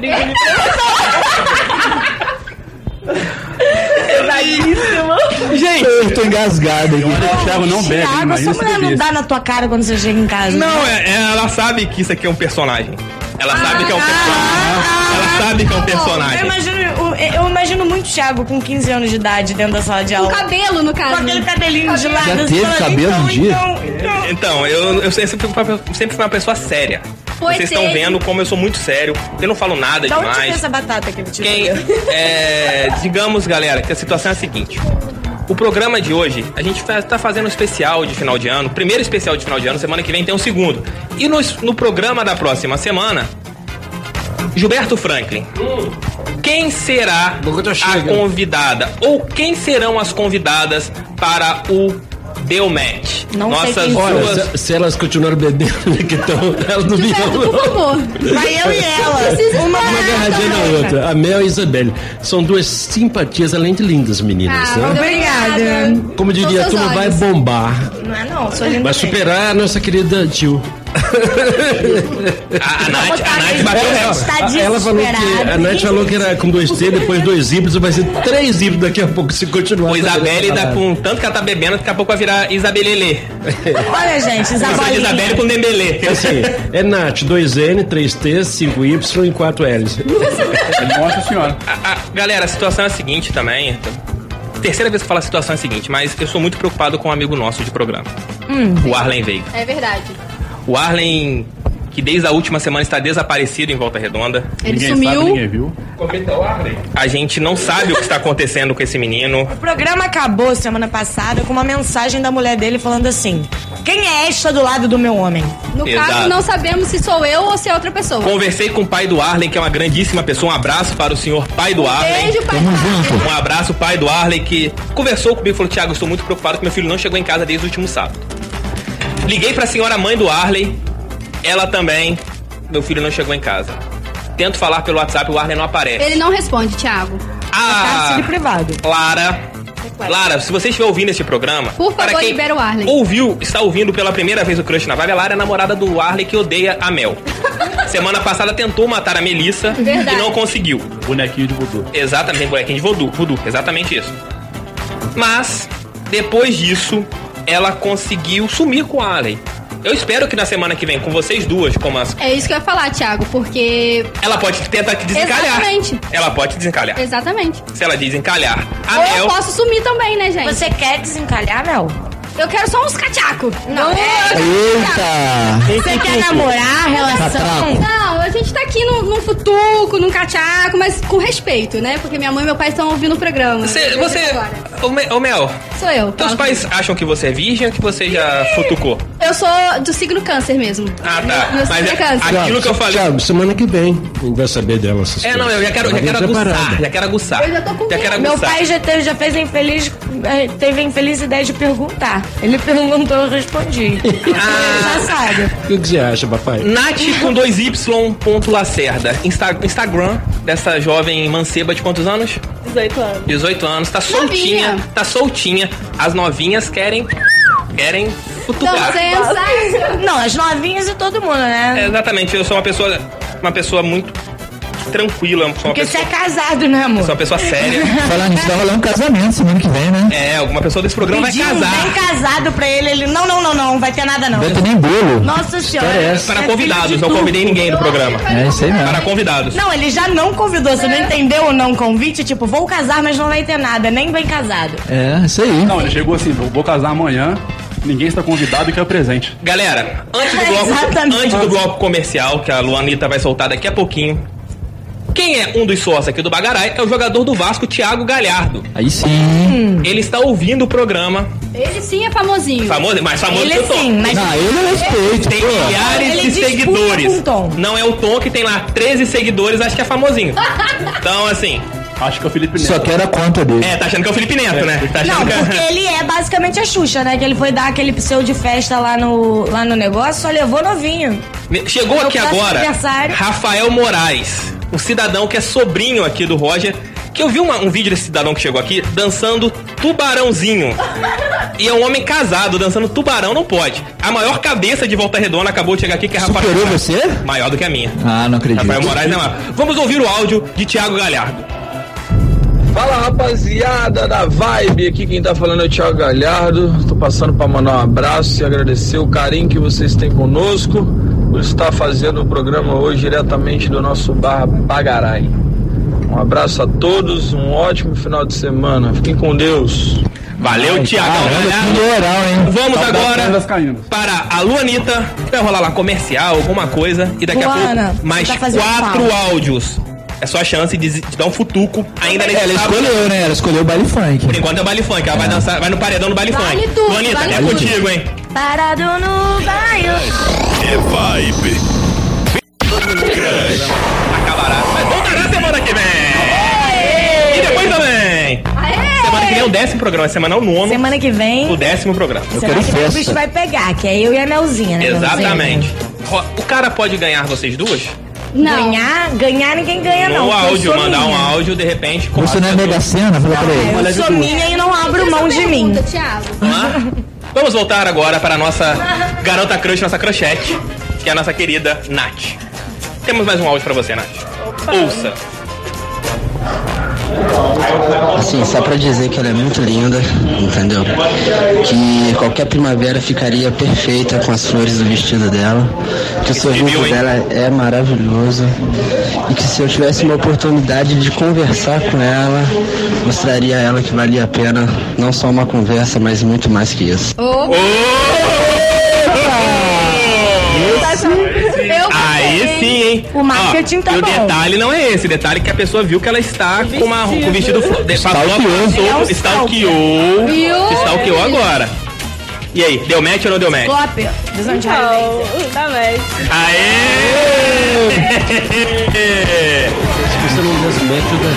Gente, eu tô engasgado aqui. O Thiago não bebe, Thiago, imagina sua se mulher não bebesse. dá na tua cara quando você chega em casa. Não, né? é, é- ela sabe que isso aqui é um personagem. Ela sabe que é um personagem. Ela sabe que é um Eu personagem. imagino, eu, eu imagino muito o Thiago com quinze anos de idade dentro da sala de Com aula. cabelo, no caso. Com aquele cabelinho de lado. Já assim, teve falando, cabelo então, um dia? Então, então. Então, eu, eu sempre, fui uma, sempre fui uma pessoa séria. Foi Vocês estão teve. vendo como eu sou muito sério. Eu não falo nada Da onde veio demais. essa batata que ele tirou? Quem, é, digamos, galera, que a situação é a seguinte. O programa de hoje, a gente está fazendo um especial de final de ano. Primeiro especial de final de ano, semana que vem tem um segundo. E no, no programa da próxima semana, Gilberto Franklin. Quem será a convidada? Ou quem serão as convidadas para o Deu Match? Não sei Nossas quem Olha, duas... se, se elas continuarem bebendo, que estão, elas não Gilberto, virão. por favor. Vai eu e ela. Uma agarradinha na outra. A Mel e a Isabelle. São duas simpatias, além de lindas meninas, Ah, né? Obrigada. Como diria, a seus turma vai olhos. bombar. Não é não, sou linda. Vai mesmo. superar a nossa querida Jill. A, a Nath, a Nath Ela- bateu ela- ela. Está Ela falou que, desesperada. a Nath falou que era com dois T, depois dois híbridos, vai ser três híbridos daqui a pouco, se continuar. O Isabelle tá com tanto que ela tá bebendo, daqui a pouco vai virar Isabelelê. Olha, gente, Isabelle Isabelinha. com Dembelê. É assim, é Nath, dois N, três T, cinco Y e quatro L's. Nossa senhora. A- a- galera, a situação é a seguinte também. Terceira vez que eu falo a situação é a seguinte, mas eu sou muito preocupado com um amigo nosso de programa. O Arlen Veiga. É verdade. O Arlen, que desde a última semana está desaparecido em Volta Redonda. Ele Ninguém sumiu. sabe, ninguém viu. A gente não sabe o que está acontecendo com esse menino. O programa acabou semana passada com uma mensagem da mulher dele falando assim: quem é esta do lado do meu homem? No Exato. caso, não sabemos se sou eu ou se é outra pessoa. Conversei com o pai do Arlen, que é uma grandíssima pessoa. Um abraço para o senhor pai do Arlen. Beijo, pai. Um abraço, pai do Arlen, que conversou comigo e falou: Thiago, eu estou muito preocupado que meu filho não chegou em casa desde o último sábado. Liguei para a senhora mãe do Arlen, ela também, meu filho não chegou em casa. Tento falar pelo WhatsApp, o Arlen não aparece. Ele não responde, Thiago. Ah, de privado. Lara, Lara, se você estiver ouvindo esse programa, Por para favor, quem libera o Arlen. ouviu, está ouvindo pela primeira vez o Crush na Vibe, a Lara é a namorada do Arlen que odeia a Mel. Semana passada tentou matar a Melissa Verdade. e não conseguiu. Bonequinho de voodoo. Exatamente, bonequinho de voodoo, voodoo, exatamente isso. Mas, depois disso, ela conseguiu sumir com o Arlen. Eu espero que na semana que vem, com vocês duas, como as... É isso que eu ia falar, Thiago, porque... Ela pode tentar te desencalhar. Exatamente. Ela pode te desencalhar. Exatamente. Se ela desencalhar, a Ou Mel... eu posso sumir também, né, gente? Você quer desencalhar, Mel? Eu quero só uns cachacos. Não, é. Eita! Você quer namorar, relação? Catraco. Não, a gente tá aqui num, num futuco, num cachaco, mas com respeito, né? Porque minha mãe e meu pai estão ouvindo o programa. Você... Desde você... agora. Ô, Me- ô, Mel, Sou eu. teus falo pais acham que você é virgem ou que você já futucou? comigo. Eu sou do signo câncer mesmo. Ah, tá. Meu Mas signo é é- câncer. aquilo que eu falei... Thiago, semana que vem a gente vai saber dela. Essas É, não, eu já quero, já coisas. quero Ela vem aguçar, preparada. já quero aguçar. Eu já tô com Já quero Meu aguçar. pai já, teve, já fez a infeliz, eh, teve a infeliz ideia de perguntar. Ele perguntou, eu respondi. Ah. Já sabe. O que que você acha, papai? Nath com dois Y ponto Lacerda. Insta- Instagram dessa jovem manceba de quantos anos? dezoito anos. dezoito anos, tá soltinha, Novinha. tá soltinha. As novinhas querem querem Então, futucar. sensacional. Não, as novinhas e todo mundo, né? É, exatamente, eu sou uma pessoa uma pessoa muito tranquila, sou uma Porque você pessoa, é casado, né, amor? sou uma pessoa séria. Falando nisso, vai rolar um casamento semana que vem, né? É, alguma pessoa desse programa Pediu vai um casar. bem casado pra ele, ele, não, não, não, não, não vai ter nada não. Não vai ter nem bolo. Nossa senhora. História é essa? Para é convidados, filho de não tudo. convidei ninguém do programa. É isso aí mesmo. Para convidados. Não, ele já não convidou, você não entendeu o não convite? Tipo, vou casar, mas não vai ter nada, nem bem casado. É, isso aí. Não, ele chegou assim, vou casar amanhã, ninguém está convidado e quer presente. Galera, antes do bloco, Exatamente. antes do bloco comercial, que a Luanita vai soltar daqui a pouquinho, quem é um dos sócios aqui do Bagarai é o jogador do Vasco, Thiago Galhardo. Aí sim. Ele está ouvindo o programa. Ele sim é famosinho. Famoso, mais famoso Ele que o Tom. sim, mas Não, ele eu respeito, Tem pô. milhares Ele de disputa seguidores. com o Tom. Não é o Tom que tem lá treze seguidores, acho que é famosinho. Então, assim, Acho que é o Felipe Neto. Só quero a conta dele. É, tá achando que é o Felipe Neto, né? Tá achando Não, que é... porque ele é basicamente a Xuxa, né? Que ele foi dar aquele pseudo de festa lá no, lá no negócio, só levou novinho. Chegou Meu aqui próximo agora aniversário. Rafael Moraes, um cidadão que é sobrinho aqui do Roger, que eu vi uma- um vídeo desse cidadão que chegou aqui dançando tubarãozinho. E é um homem casado, dançando tubarão, não pode. A maior cabeça de Volta Redonda acabou de chegar aqui, que é Rafael. Superou você? Maior do que a minha. Ah, não acredito. Rafael Moraes é maior. Vamos ouvir o áudio de Thiago Galhardo. Fala, rapaziada da Vibe, aqui quem tá falando é o Thiago Galhardo. Tô passando pra mandar um abraço e agradecer o carinho que vocês têm conosco por estar fazendo o programa hoje diretamente do nosso bar Bagarai. Um abraço a todos, um ótimo final de semana. Fiquem com Deus. Valeu, Thiago Galhardo. Vamos agora para a Luanita. Vai rolar lá comercial, alguma coisa. E daqui Luana, a pouco, mais você tá fazendo quatro falta. áudios. É só a chance de, de dar um futuco ainda nesse Ela sábado. escolheu, né? Ela escolheu o baile funk. Por enquanto é o baile funk. Ela vai dançar, vai no paredão do baile Vale funk. tudo, Luanita, vale é tudo. contigo, hein? Parado no bairro. É Vibe. Acabará. Mas voltará semana que vem. E depois também. Semana que vem é o décimo programa. Essa semana é o nono. Semana que vem. O décimo programa. Semana que vem o bicho vai pegar, que é eu e a Melzinha, né? Exatamente. Ro- O cara pode ganhar vocês duas? Não. Ganhar, ganhar ninguém ganha, não. No porque eu áudio, sou mandar um minha. áudio, de repente. Você não é Mega Sena? Fala pra ele. Eu sou minha e não abro mão de mim. Hã? Vamos voltar agora para a nossa garota crush, nossa crushette, que é a nossa querida Nath. Temos mais um áudio pra você, Nath. Ouça. Assim, só pra dizer que ela é muito linda, entendeu? Que qualquer primavera ficaria perfeita com as flores do vestido dela. Que o sorriso dela é maravilhoso. E que se eu tivesse uma oportunidade de conversar com ela, mostraria a ela que valia a pena não só uma conversa, mas muito mais que isso. Aí sim, hein? O marketing Ó, tá e o bom. detalhe não é esse. O detalhe é que a pessoa viu que ela está com, uma, com o vestido... flo- de- Passou, Stalkeou. passou, stalkeou. Viu? Stalkeou agora. E aí, deu match ou não deu match? Cópia. Visão de Não, highlight. dá match. Aê! Você não desmete o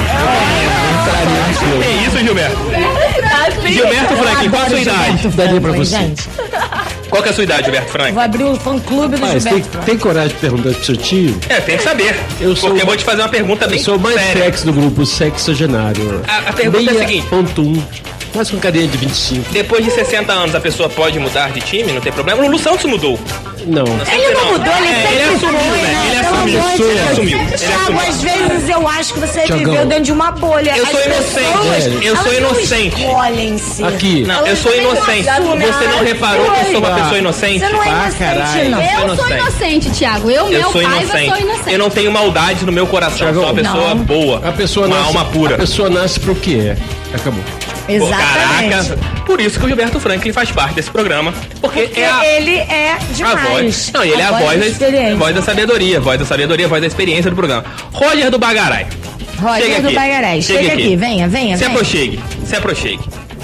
Que isso, Gilberto? Gilberto Frank, qual a sua idade? Daria pra você. Gente, Qual que é a sua idade, Gilberto Frank? vou abrir o fã-clube do Mas tem, Gilberto. tem coragem de perguntar pro seu tio? É, tem que saber. Eu sou porque o- eu vou te fazer uma pergunta bem Eu sou o mais séria. sexy do grupo, sexagenário. A- a pergunta é a seguinte. Ponto um. Quase com cadeia de vinte e cinco. Depois de sessenta anos, a pessoa pode mudar de time? Não tem problema? O Lulu Santos mudou. Não. Ele não mudou, ele É, sempre ele assumiu, foi, né? né? Ele Pelo assumiu. amor de Ele Deus. assumiu. Ele Thiago, assumiu. às vezes eu acho que você Thiagão. viveu dentro de uma bolha. Eu As sou inocente. pessoas, É, eu elas sou não inocente. escolhem-se. Aqui. Não, Elas eu sou também não inocente. assumem. Você não Ai, reparou que eu sou uma foi. pessoa inocente? Você não é Ah, inocente, caralho. não. Eu sou inocente. inocente, Thiago. Eu, Eu meu sou pai, eu inocente. sou inocente. Eu não tenho maldade no meu coração. Thiagão, Sou uma pessoa não. boa. A pessoa uma nasce, alma pura. A pessoa nasce pro que é. Acabou. Pô, Exatamente. Caraca, por isso que o Gilberto Franklin faz parte desse programa. Porque, Porque é a, ele é demais. a voz. Não, e ele é a voz da, experiência. voz da sabedoria, voz da sabedoria, voz da experiência do programa. Roger do Bagarai. Roger Chega do aqui. Bagarai. Chega Chega aqui. aqui, venha, venha, Se venha. aproxime, se aproxime.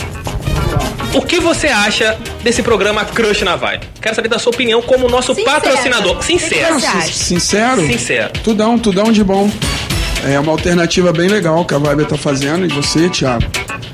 O que você acha desse programa Crush na Vibe? Quero saber da sua opinião como nosso Sincera. patrocinador. O que Sincero. você acha? Sincero? Sincero. Tudão, tudão de bom. É uma alternativa bem legal que a Vibe tá fazendo, e você, Thiago,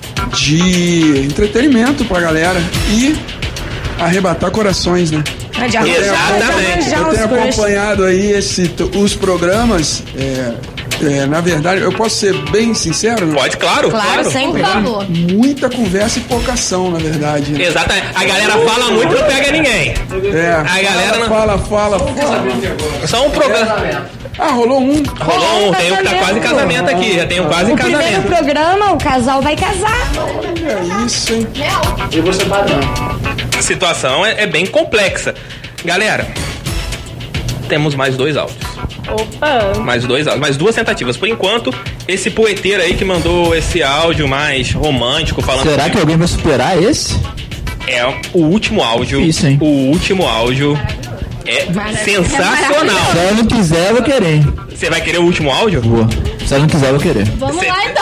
de entretenimento pra galera e arrebatar corações, né? Mas de Exatamente. arranjar Eu uns tenho crush. acompanhado aí esse, os programas. é, é, na verdade, eu posso ser bem sincero? Não? Pode, claro. Claro, sempre. Por favor. Muita conversa e pouca ação, na verdade. né? Exatamente. A galera fala muito e não pega ninguém. É, A galera não- fala, fala, fala. Só um programa. Ah, rolou um. Rolou um, tem um que tá quase em casamento aqui. Já tem um quase em O primeiro casamento. programa, o casal vai casar. É isso, hein? E você padrão. A situação é, é bem complexa. Galera, temos mais dois áudios. Opa. Mais dois áudios, mais duas tentativas. Por enquanto, esse poeteiro aí que mandou esse áudio mais romântico falando. Será que alguém vai superar esse? É o último áudio. Isso, hein? O último áudio é sensacional. Se ela não quiser, eu vou querer. Você vai querer o último áudio? Vou. Se ela não quiser, eu vou querer. Vamos Cê- lá, então.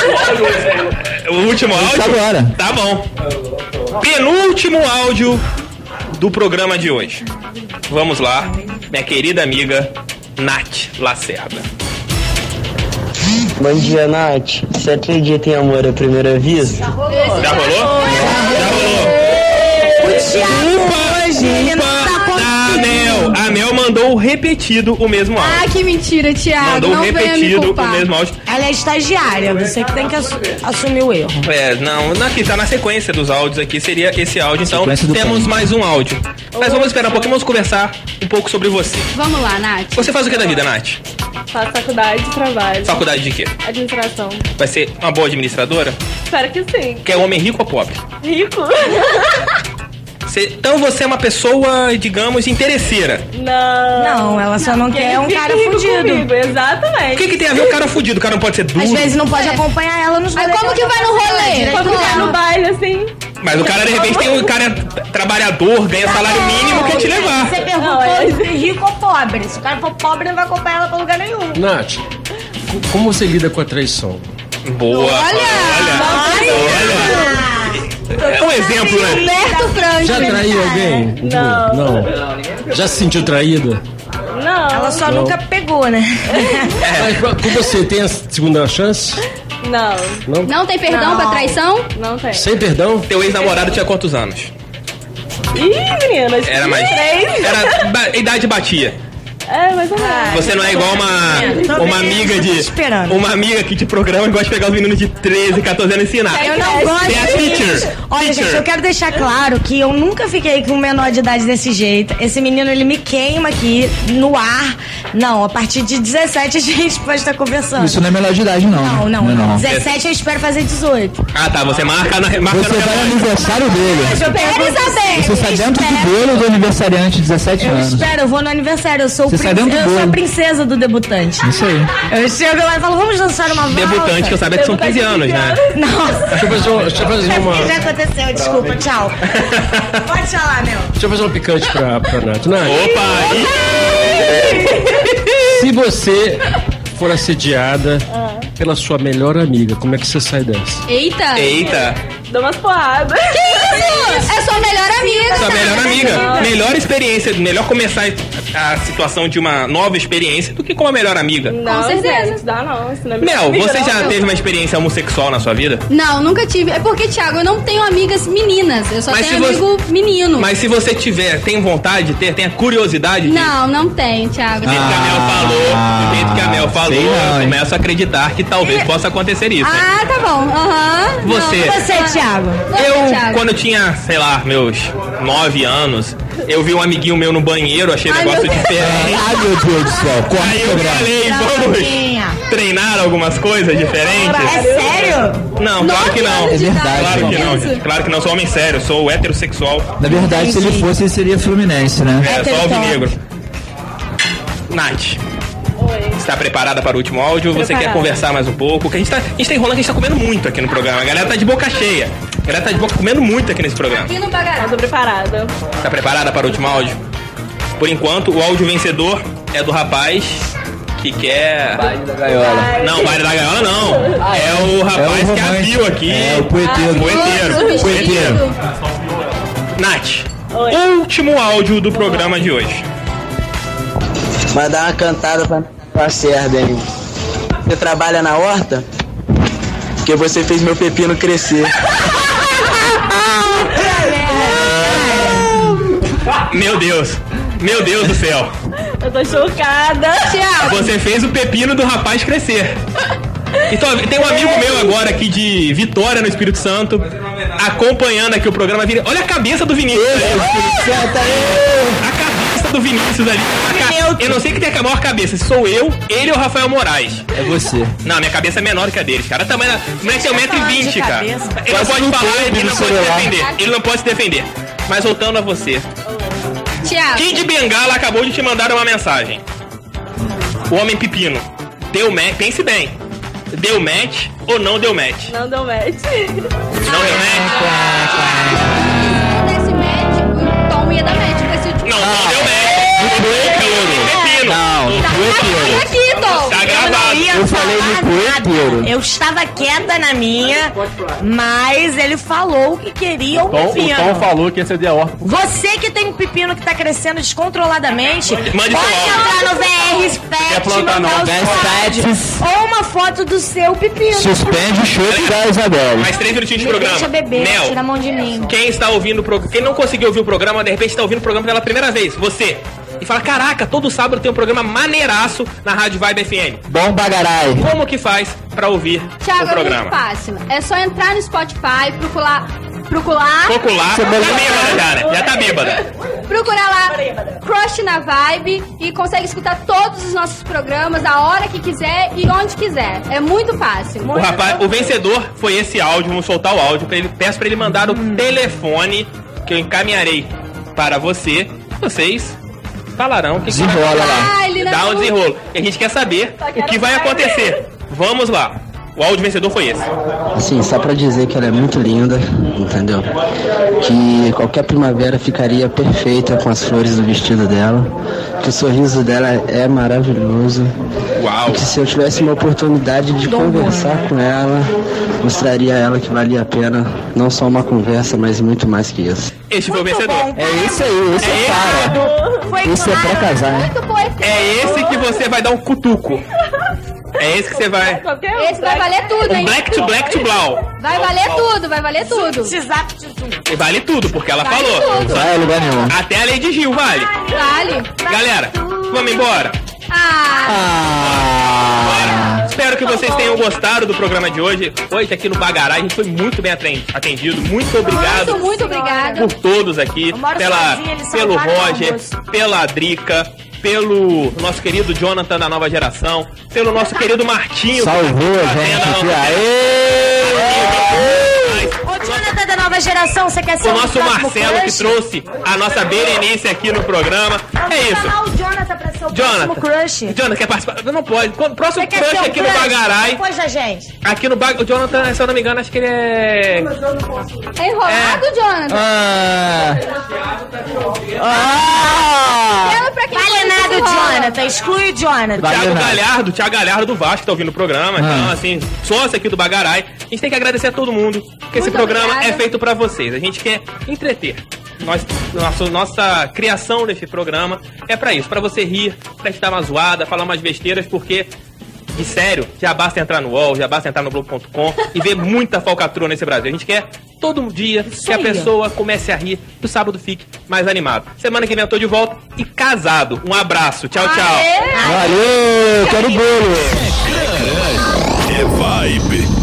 O último áudio? Isso agora. Tá bom. Penúltimo áudio do programa de hoje. Vamos lá, minha querida amiga Nath Lacerda. Bom dia, Nath. Você acredita em amor à primeira vista? Já rolou? Já rolou? Já rolou. Upa, upa da Mel. A Mel mandou repetido o mesmo áudio. Ah, que mentira, Thiago. Mandou não repetido o mesmo áudio. Ela é estagiária, você que tem que assu- assumir o erro. É, não, aqui tá na sequência dos áudios aqui, seria esse áudio, então temos pão. mais um áudio. Mas vamos esperar um pouquinho, vamos conversar um pouco sobre você. Vamos lá, Nath. Você faz o que da vida, Nath? Faço faculdade e trabalho. Faculdade de quê? Administração. Vai ser uma boa administradora? Espero que sim. Quer homem rico ou pobre? Rico? Você- então você é uma pessoa, digamos, interesseira. Não. Não, ela só não quer um fica cara rico fudido. comigo, exatamente. O que, que tem a ver o cara fudido? O cara não pode ser duro? Às vezes não pode acompanhar ela nos Aí rolês. como que vai no rolê? Quando vai no baile, assim. Mas o cara, de repente, tem um cara trabalhador, ganha salário mínimo, quer te levar. Você perguntou Não, é- se rico ou pobre. Se o cara for pobre, não vai acompanhar ela pra lugar nenhum. Nath, co- como você lida com a traição? Boa. Olha. Olha. É um exemplo, né? Humberto Franco. Já traiu alguém? Não. Não. Já se sentiu traída? Não. Ela só Não. nunca pegou, né? Mas pra- com você, tem a segunda chance? Não. Não? Não tem perdão Não. pra traição? Não tem. Sem perdão? Teu ex-namorado tinha quantos anos? Ih, meninas. Era mais. Três. Era. ba- idade batia. É, mais ou menos. Você não é igual uma, uma amiga de. esperando. Uma amiga que te programa e gosta de pegar os meninos de treze, catorze anos e ensinar. Eu não gosto Você é a teacher. disso. Olha, Teacher. gente, eu quero deixar claro que eu nunca fiquei com um menor de idade desse jeito. Esse menino, ele me queima aqui no ar. Não, a partir de dezessete a gente pode estar conversando. Isso não é menor de idade, não. Não, não, não. não. dezessete eu espero fazer dezoito. Ah, tá. Você marca, na, marca Você no vai no relógio. aniversário dele. Eu quero saber. Você sai dentro do Espero. bolo do aniversariante de dezessete Eu anos. espero, eu vou no aniversário. Eu sou, o Você sai prince- dentro do eu sou a bolo. princesa do debutante. Isso aí. Eu chego lá e falo, vamos dançar uma valsa. Debutante, que eu sabia que são quinze anos, né? Nossa. Deixa eu fazer, um- deixa eu fazer uma. Já aconteceu, desculpa, tchau. Pode falar, meu. Deixa eu fazer um picante pra, pra Nath. Nath, Opa! se você for assediada pela sua melhor amiga, como é que você sai dessa? Eita. Eita! Dou umas porradas. Que isso? É sua melhor amiga. Sua melhor sabe? amiga. Melhor experiência. Melhor começar a situação de uma nova experiência do que com a melhor amiga. Não, certeza. gente, dá não. Isso não é Mel, amiga, você não. já teve uma experiência homossexual na sua vida? Não, nunca tive. É porque, Thiago, eu não tenho amigas meninas. Eu só Mas tenho se amigo menino. Mas se você tiver, tem vontade de ter, tem a curiosidade de... Não, não tem, Thiago. Do jeito que a Mel falou, do jeito que a Mel falou, sei não, eu hein? começo a acreditar que talvez possa acontecer isso. hein? Ah, tá bom. Aham. Você. Não, Você, Thiago. Eu, Thiago. quando eu tinha, sei lá, meus nove anos, eu vi um amiguinho meu no banheiro, achei Ai, negócio meu Deus. diferente. Ai, meu Deus do céu. Corta Aí o eu programa. falei, Garotinha. vamos treinar algumas coisas diferentes? É sério? Não, claro que não. É verdade, Claro que não, isso. gente. Claro que não, sou homem sério, sou heterossexual. Na verdade, se ele fosse, ele seria Fluminense, né? É, só Hétero alvinegro. Nath. Está preparada para o último áudio? Você Preparada. quer conversar mais um pouco? Que a gente tá, a gente tá enrolando, que a gente tá comendo muito aqui no programa. A galera tá de boca cheia. A galera tá de boca comendo muito aqui nesse programa. Aqui no Bagará. Eu tô preparada. Tá preparada para o último áudio? Por enquanto, o áudio vencedor é do rapaz que quer... Baile da gaiola. Não, baile da gaiola não. É o rapaz que romântico. abriu aqui. É, o poeteiro. Poeteiro. Nossa, Poeteiro. vestido. Nath, Oi. último áudio do programa de hoje. Mandar uma cantada pra Lacerda, hein? Você trabalha na horta? Porque você fez meu pepino crescer. Meu Deus. Meu Deus do céu. Eu tô chocada. Thiago. Você fez o pepino do rapaz crescer. Então, tem um amigo meu agora aqui de Vitória, no Espírito Santo, acompanhando aqui o programa. Olha a cabeça do Vinícius ali. A cabeça do Vinícius ali. A ca- Eu não sei que tem a maior cabeça, se sou eu, ele ou Rafael Moraes. É você. Não, minha cabeça é menor que a deles, cara. Também, o moleque tem um metro e vinte, cara. Ele não Quase pode não falar, tem ele não no pode celular. defender. Ele não pode se defender. Mas voltando a você. Thiago. Kid Bengala acabou de te mandar uma mensagem. O homem pepino. Deu match, pense bem. Deu match ou não deu match? Não deu match. Não deu match? Nesse match, o Tom ia dar match. Vai ser tipo... Não, não deu match. Pepino. Não, no Aqui, poeteiro. aqui, Tom. Tá Eu não gravado. ia Eu falei no falar poeteiro. nada. Eu estava quieta na minha, mas ele falou que queria o Tom, o pepino. Tom falou que ia ceder a horta. Você que tem um pepino que tá crescendo descontroladamente, Mande pode seu áudio. entrar no V R quer plantar, não. Ou uma foto do seu pepino. Suspende o chope da Isabelle. Mais três minutinhos de Me programa. deixa beber, Mel, tira a mão de mim. quem está ouvindo o programa, quem não conseguiu ouvir o programa, de repente está ouvindo o programa pela primeira vez, você. E fala, caraca, todo sábado tem um programa maneiraço na Rádio Vibe F M. Bom bagarai. Como que faz pra ouvir Thiago, o programa? é muito fácil. É só entrar no Spotify, procurar... Procurar... Procurar. Tá bêbada já, né? Já tá bêbada. Procurar lá Crush na Vibe e consegue escutar todos os nossos programas a hora que quiser e onde quiser. É muito fácil. O rapaz, o vencedor foi esse áudio, vamos soltar o áudio pra ele. Peço pra ele mandar o hum. telefone que eu encaminharei para você. Vocês falarão o que desenrola lá. Ah, dá um desenrolo. E a gente quer saber o que vai acontecer. Vamos lá. O áudio vencedor foi esse. Assim, só pra dizer que ela é muito linda, entendeu? Que qualquer primavera ficaria perfeita com as flores do vestido dela. Que o sorriso dela é maravilhoso. Uau! E que se eu tivesse uma oportunidade de conversar com ela, mostraria a ela que valia a pena não só uma conversa, mas muito mais que isso. Este foi o vencedor. Bom, é esse aí, esse é o cara. Foi esse claro. É pra casar, hein? É esse que você vai dar um cutuco. É esse que você vai. Esse vai valer tudo, hein? Black to black to blau. Vai valer tudo, vai valer tudo. E vale tudo, porque ela vale falou. Tudo. Vai lugar nenhum. Até a Lady Gil vale. Vale. Galera, vamos embora. Ah. ah. Espero que vocês tenham gostado do programa de hoje. Hoje aqui no Bagarai a gente foi muito bem atendido. Muito obrigado. Muito, muito obrigada. Por todos aqui. Pela, pelo Roger, pela Drica. Pelo nosso querido Jonathan da nova geração, pelo nosso querido Martinho. Salvou, gente. Aê! Ô, Jonathan da nova geração, você quer ser o um nosso Marcelo crush? que trouxe a nossa Berenice aqui no programa. Vamos é isso. chamar o Jonathan pra ser o Jonathan, próximo crush. Jonathan, quer participar? Não pode. Próximo Você crush um aqui crush? no Bagarai. Pois a gente. Aqui no Bagarai. O Jonathan, se eu não me engano, acho que ele é. É enrolado, é. Jonathan? Ah! Ah! Vale nada, Jonathan. Exclui o Jonathan. Thiago Galhardo, Thiago Galhardo do Vasco tá ouvindo o programa. Ah. Então, assim, sócio aqui do Bagarai. A gente tem que agradecer a todo mundo, porque Muito esse programa obrigada. é feito pra vocês. A gente quer entreter. Nós, nossa, nossa criação desse programa é pra isso, pra você rir, pra gente dar uma zoada, falar umas besteiras, porque, de sério, já basta entrar no U O L, já basta entrar no Globo ponto com e ver muita falcatrua nesse Brasil. A gente quer todo dia isso que a aí. pessoa comece a rir, que o sábado fique mais animado. Semana que vem eu tô de volta e casado. Um abraço, tchau, tchau. Aê! Valeu, quero bolo. É Vibe.